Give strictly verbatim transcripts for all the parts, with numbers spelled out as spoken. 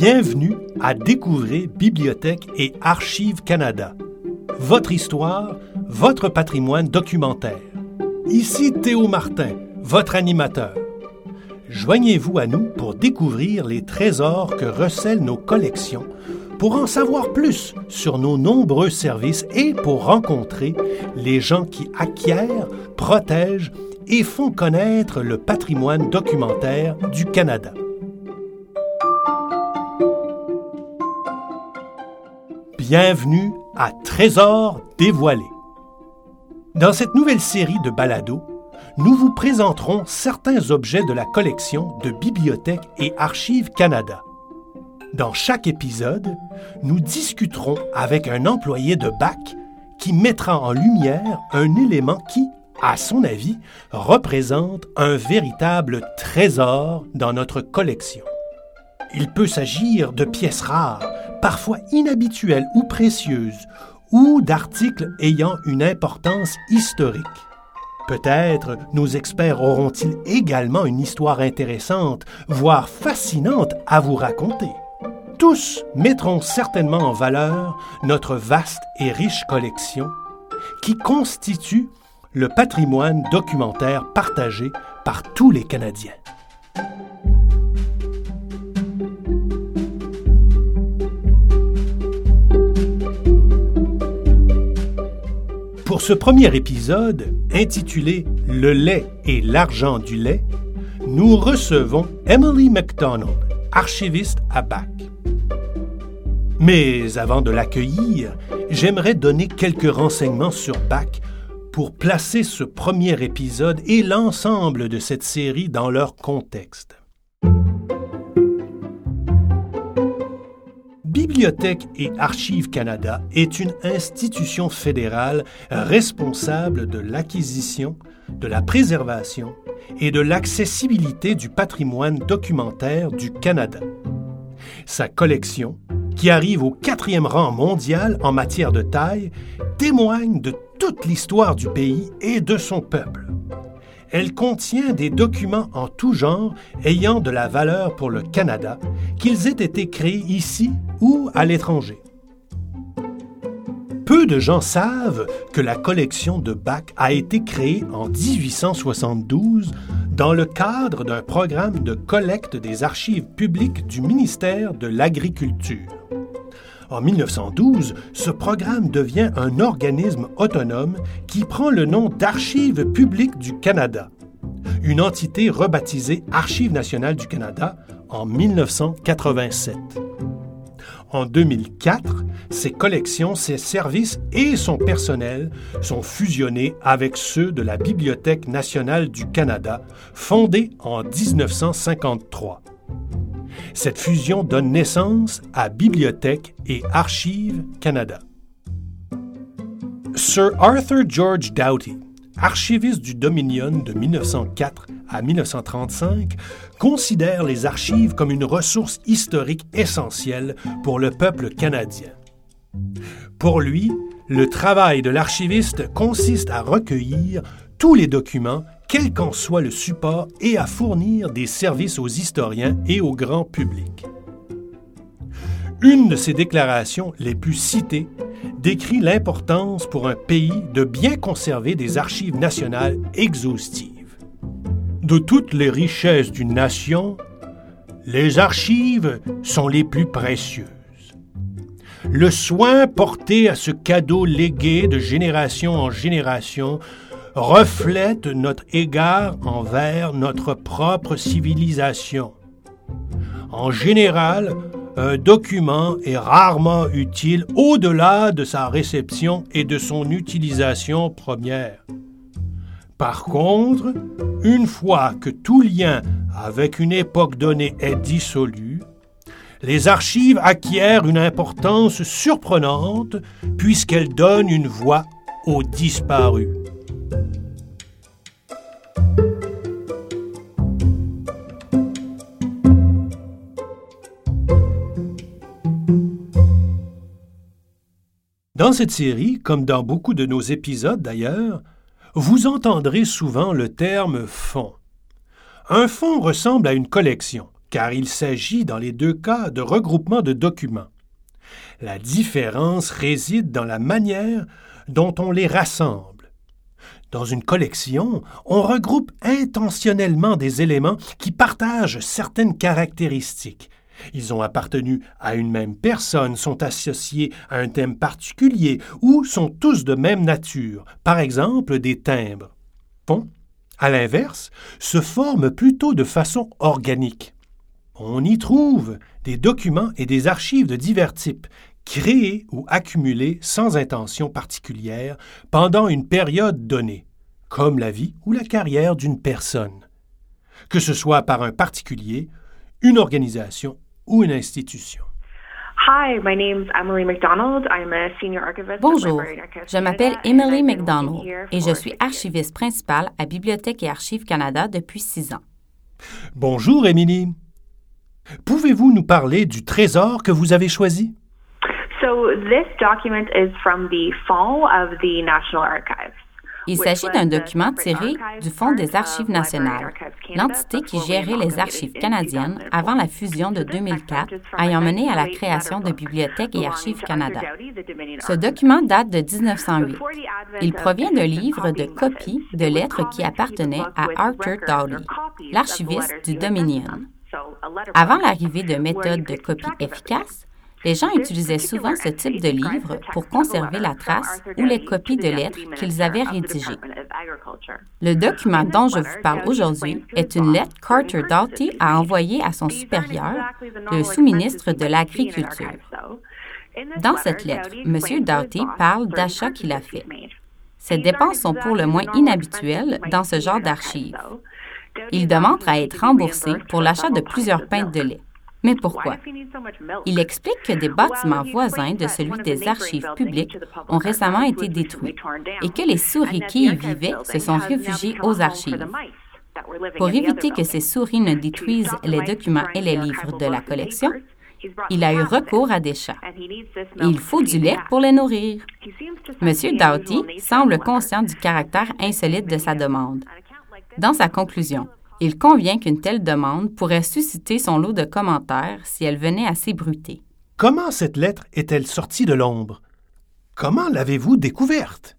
Bienvenue à Découvrir Bibliothèque et Archives Canada. Votre histoire, votre patrimoine documentaire. Ici Théo Martin, votre animateur. Joignez-vous à nous pour découvrir les trésors que recèlent nos collections, pour en savoir plus sur nos nombreux services et pour rencontrer les gens qui acquièrent, protègent et font connaître le patrimoine documentaire du Canada. Bienvenue à Trésors dévoilés. Dans cette nouvelle série de balados, nous vous présenterons certains objets de la collection de Bibliothèque et Archives Canada. Dans chaque épisode, nous discuterons avec un employé de B A C qui mettra en lumière un élément qui, à son avis, représente un véritable trésor dans notre collection. Il peut s'agir de pièces rares, parfois inhabituelles ou précieuses, ou d'articles ayant une importance historique. Peut-être nos experts auront-ils également une histoire intéressante, voire fascinante à vous raconter. Tous mettront certainement en valeur notre vaste et riche collection qui constitue le patrimoine documentaire partagé par tous les Canadiens. Pour ce premier épisode, intitulé « Le lait et l'argent du lait », nous recevons Emily McDonald, archiviste à B A C. Mais avant de l'accueillir, j'aimerais donner quelques renseignements sur B A C pour placer ce premier épisode et l'ensemble de cette série dans leur contexte. Bibliothèque et Archives Canada est une institution fédérale responsable de l'acquisition, de la préservation et de l'accessibilité du patrimoine documentaire du Canada. Sa collection, qui arrive au quatrième rang mondial en matière de taille, témoigne de toute l'histoire du pays et de son peuple. Elle contient des documents en tout genre ayant de la valeur pour le Canada, qu'ils aient été créés ici ou à l'étranger. Peu de gens savent que la collection de B A C a été créée en dix-huit cent soixante-douze dans le cadre d'un programme de collecte des archives publiques du ministère de l'Agriculture. En mille neuf cent douze, ce programme devient un organisme autonome qui prend le nom d'Archives publiques du Canada, une entité rebaptisée Archives nationales du Canada en mille neuf cent quatre-vingt-sept. En deux mille quatre, ses collections, ses services et son personnel sont fusionnés avec ceux de la Bibliothèque nationale du Canada, fondée en dix-neuf cent cinquante-trois. Cette fusion donne naissance à Bibliothèque et Archives Canada. Sir Arthur George Doughty, archiviste du Dominion de mille neuf cent quatre à mille neuf cent trente-cinq, considère les archives comme une ressource historique essentielle pour le peuple canadien. Pour lui, le travail de l'archiviste consiste à recueillir tous les documents, quel qu'en soit le support, et à fournir des services aux historiens et au grand public. Une de ses déclarations les plus citées décrit l'importance pour un pays de bien conserver des archives nationales exhaustives. De toutes les richesses d'une nation, les archives sont les plus précieuses. Le soin porté à ce cadeau légué de génération en génération reflète notre égard envers notre propre civilisation. En général, un document est rarement utile au-delà de sa réception et de son utilisation première. Par contre, une fois que tout lien avec une époque donnée est dissolu, les archives acquièrent une importance surprenante puisqu'elles donnent une voix aux disparus. Dans cette série, comme dans beaucoup de nos épisodes d'ailleurs, vous entendrez souvent le terme « fonds ». Un fonds ressemble à une collection, car il s'agit dans les deux cas de regroupement de documents. La différence réside dans la manière dont on les rassemble. Dans une collection, on regroupe intentionnellement des éléments qui partagent certaines caractéristiques. Ils ont appartenu à une même personne, sont associés à un thème particulier ou sont tous de même nature, par exemple des timbres. Bon, à l'inverse, se forment plutôt de façon organique. On y trouve des documents et des archives de divers types, créés ou accumulés sans intention particulière pendant une période donnée, comme la vie ou la carrière d'une personne, que ce soit par un particulier, une organisation ou une institution. Hi, my name's Emily McDonald. I'm a senior archivist. Bonjour, je m'appelle Emily McDonald et je suis archiviste principale à Bibliothèque et Archives Canada depuis six ans. Bonjour, Émilie. Pouvez-vous nous parler du trésor que vous avez choisi? So this document is from the Fonds of the National Archives. Il s'agit d'un document tiré du Fonds des Archives nationales, l'entité qui gérait les archives canadiennes avant la fusion de deux mille quatre, ayant mené à la création de Bibliothèque et Archives Canada. Ce document date de dix-neuf cent huit. Il provient d'un livre de copies de lettres qui appartenaient à Arthur Doughty, l'archiviste du Dominion. Avant l'arrivée de méthodes de copie efficaces, les gens utilisaient souvent ce type de livre pour conserver la trace ou les copies de lettres qu'ils avaient rédigées. Le document dont je vous parle aujourd'hui est une lettre qu'Arthur Doughty a envoyée à son supérieur, le sous-ministre de l'Agriculture. Dans cette lettre, M. Doughty parle d'achats qu'il a faits. Ces dépenses sont pour le moins inhabituelles dans ce genre d'archives. Il demande à être remboursé pour l'achat de plusieurs pintes de lait. Mais pourquoi? Il explique que des bâtiments voisins de celui des archives publiques ont récemment été détruits et que les souris qui y vivaient se sont réfugiées aux archives. Pour éviter que ces souris ne détruisent les documents et les livres de la collection, il a eu recours à des chats. Et il faut du lait pour les nourrir. M. Doughty semble conscient du caractère insolite de sa demande. Dans sa conclusion, il convient qu'une telle demande pourrait susciter son lot de commentaires si elle venait à s'ébruiter. Comment cette lettre est-elle sortie de l'ombre? Comment l'avez-vous découverte?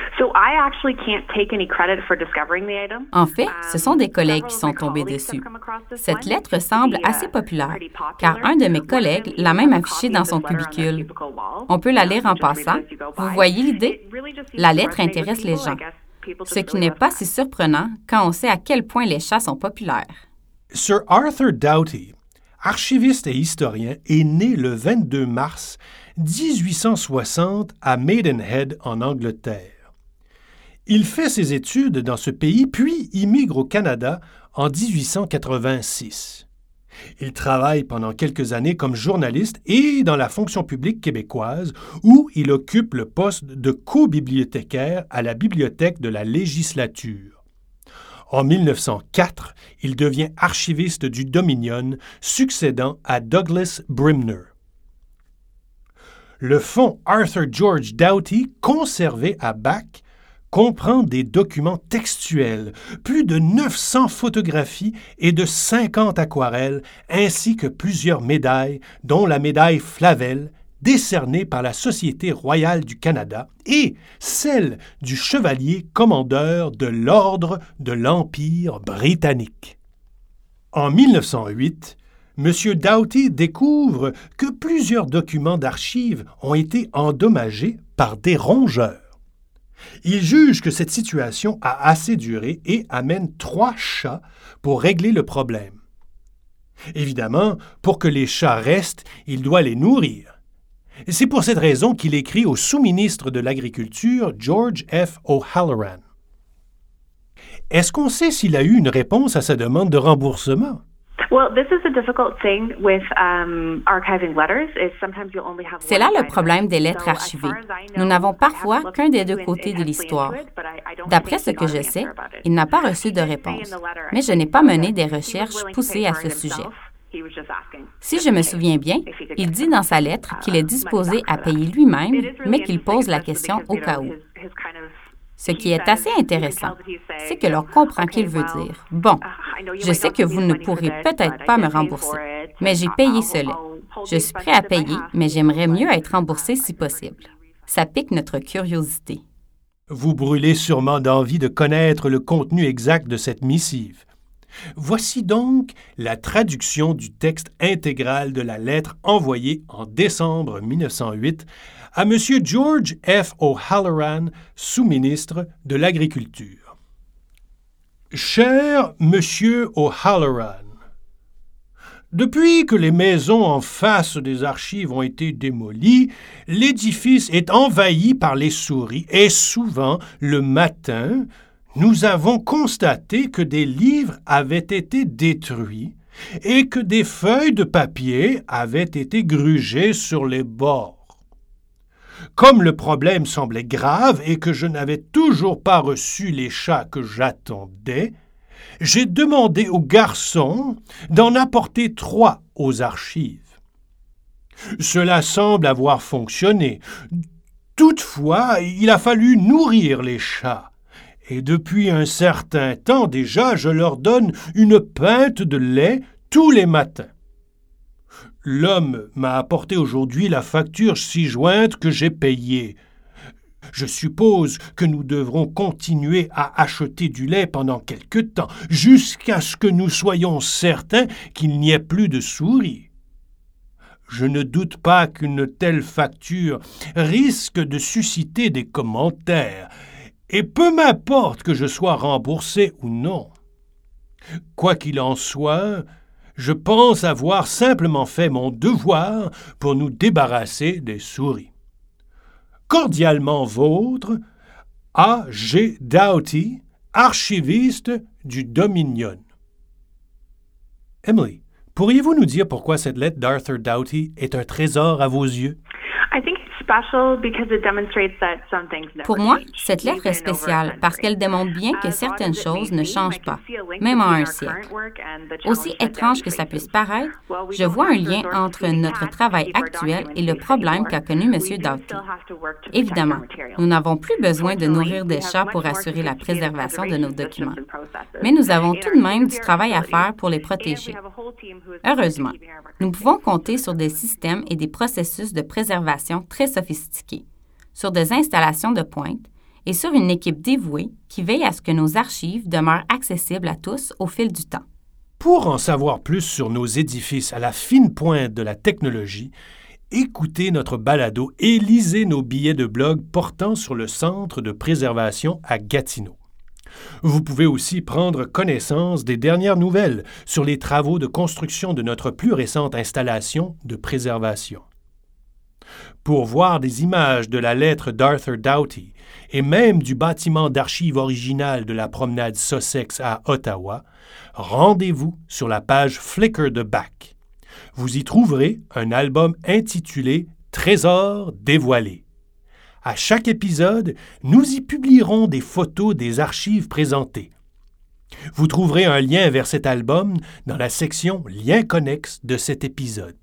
En fait, ce sont des collègues qui sont tombés dessus. Cette lettre semble assez populaire, car un de mes collègues l'a même affichée dans son cubicule. On peut la lire en passant. Vous voyez l'idée? La lettre intéresse les gens. Ce qui n'est pas si surprenant quand on sait à quel point les chats sont populaires. Sir Arthur Doughty, archiviste et historien, est né le vingt-deux mars dix-huit cent soixante à Maidenhead, en Angleterre. Il fait ses études dans ce pays, puis immigre au Canada en dix-huit cent quatre-vingt-six. Il travaille pendant quelques années comme journaliste et dans la fonction publique québécoise, où il occupe le poste de co-bibliothécaire à la Bibliothèque de la Législature. En mille neuf cent quatre, il devient archiviste du Dominion, succédant à Douglas Brimner. Le fonds Arthur George Doughty, conservé à Bac, comprend des documents textuels, plus de neuf cents photographies et de cinquante aquarelles, ainsi que plusieurs médailles, dont la médaille Flavel, décernée par la Société royale du Canada, et celle du chevalier commandeur de l'Ordre de l'Empire britannique. En mille neuf cent huit, M. Doughty découvre que plusieurs documents d'archives ont été endommagés par des rongeurs. Il juge que cette situation a assez duré et amène trois chats pour régler le problème. Évidemment, pour que les chats restent, il doit les nourrir. C'est pour cette raison qu'il écrit au sous-ministre de l'Agriculture, George F. O'Halloran. Est-ce qu'on sait s'il a eu une réponse à sa demande de remboursement? C'est là le problème des lettres archivées. Nous n'avons parfois qu'un des deux côtés de l'histoire. D'après ce que je sais, il n'a pas reçu de réponse, mais je n'ai pas mené des recherches poussées à ce sujet. Si je me souviens bien, il dit dans sa lettre qu'il est disposé à payer lui-même, mais qu'il pose la question au cas où. Ce qui est assez intéressant, c'est que l'on comprend qu'il veut dire « Bon, Je sais que vous ne pourrez peut-être pas me rembourser, mais j'ai payé ce lait. Je suis prêt à payer, mais j'aimerais mieux être remboursé si possible. Ça pique notre curiosité. Vous brûlez sûrement d'envie de connaître le contenu exact de cette missive. Voici donc la traduction du texte intégral de la lettre envoyée en décembre mille neuf cent huit à M. George F. O'Halloran, sous-ministre de l'Agriculture. Cher Monsieur O'Halloran, depuis que les maisons en face des archives ont été démolies, l'édifice est envahi par les souris et souvent, le matin, nous avons constaté que des livres avaient été détruits et que des feuilles de papier avaient été grugées sur les bords. Comme le problème semblait grave et que je n'avais toujours pas reçu les chats que j'attendais, j'ai demandé aux garçons d'en apporter trois aux archives. Cela semble avoir fonctionné. Toutefois, il a fallu nourrir les chats. Et depuis un certain temps déjà, je leur donne une pinte de lait tous les matins. L'homme m'a apporté aujourd'hui la facture ci-jointe que j'ai payée. Je suppose que nous devrons continuer à acheter du lait pendant quelque temps, jusqu'à ce que nous soyons certains qu'il n'y ait plus de souris. Je ne doute pas qu'une telle facture risque de susciter des commentaires, et peu m'importe que je sois remboursé ou non. Quoi qu'il en soit, je pense avoir simplement fait mon devoir pour nous débarrasser des souris. Cordialement vôtre, A G Doughty, archiviste du Dominion. Emily, pourriez-vous nous dire pourquoi cette lettre d'Arthur Doughty est un trésor à vos yeux? Pour moi, cette lettre est spéciale parce qu'elle démontre bien que certaines choses ne changent pas, même en un siècle. Aussi étrange que ça puisse paraître, je vois un lien entre notre travail actuel et le problème qu'a connu M. Doughty. Évidemment, nous n'avons plus besoin de nourrir des chats pour assurer la préservation de nos documents, mais nous avons tout de même du travail à faire pour les protéger. Heureusement, nous pouvons compter sur des systèmes et des processus de préservation très sophistiqués, sur des installations de pointe et sur une équipe dévouée qui veille à ce que nos archives demeurent accessibles à tous au fil du temps. Pour en savoir plus sur nos édifices à la fine pointe de la technologie, écoutez notre balado et lisez nos billets de blog portant sur le Centre de préservation à Gatineau. Vous pouvez aussi prendre connaissance des dernières nouvelles sur les travaux de construction de notre plus récente installation de préservation. Pour voir des images de la lettre d'Arthur Doughty et même du bâtiment d'archives original de la promenade Sussex à Ottawa, rendez-vous sur la page Flickr de B A C. Vous y trouverez un album intitulé « Trésors dévoilés ». À chaque épisode, nous y publierons des photos des archives présentées. Vous trouverez un lien vers cet album dans la section « Liens connexes » de cet épisode.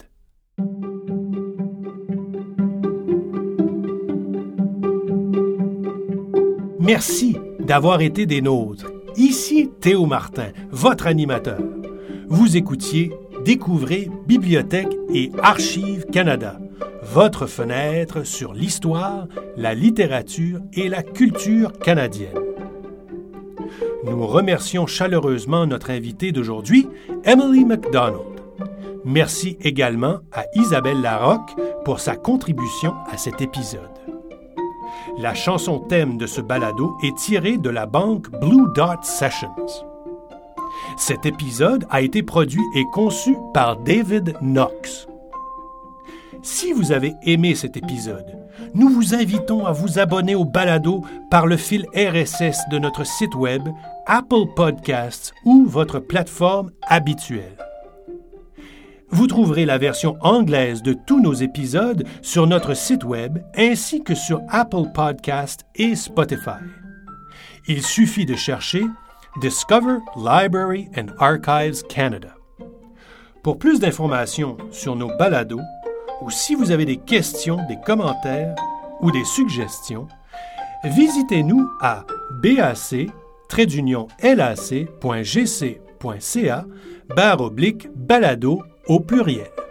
Merci d'avoir été des nôtres. Ici Théo Martin, votre animateur. Vous écoutiez Découvrez Bibliothèque et Archives Canada, votre fenêtre sur l'histoire, la littérature et la culture canadienne. Nous remercions chaleureusement notre invitée d'aujourd'hui, Emily MacDonald. Merci également à Isabelle Larocque pour sa contribution à cet épisode. La chanson thème de ce balado est tirée de la banque Blue Dot Sessions. Cet épisode a été produit et conçu par David Knox. Si vous avez aimé cet épisode, nous vous invitons à vous abonner au balado par le fil R S S de notre site web, Apple Podcasts ou votre plateforme habituelle. Vous trouverez la version anglaise de tous nos épisodes sur notre site web ainsi que sur Apple Podcasts et Spotify. Il suffit de chercher Discover Library and Archives Canada. Pour plus d'informations sur nos balados, ou si vous avez des questions, des commentaires ou des suggestions, visitez-nous à bac trait d'union lac point g c point c a barre oblique balado au pluriel.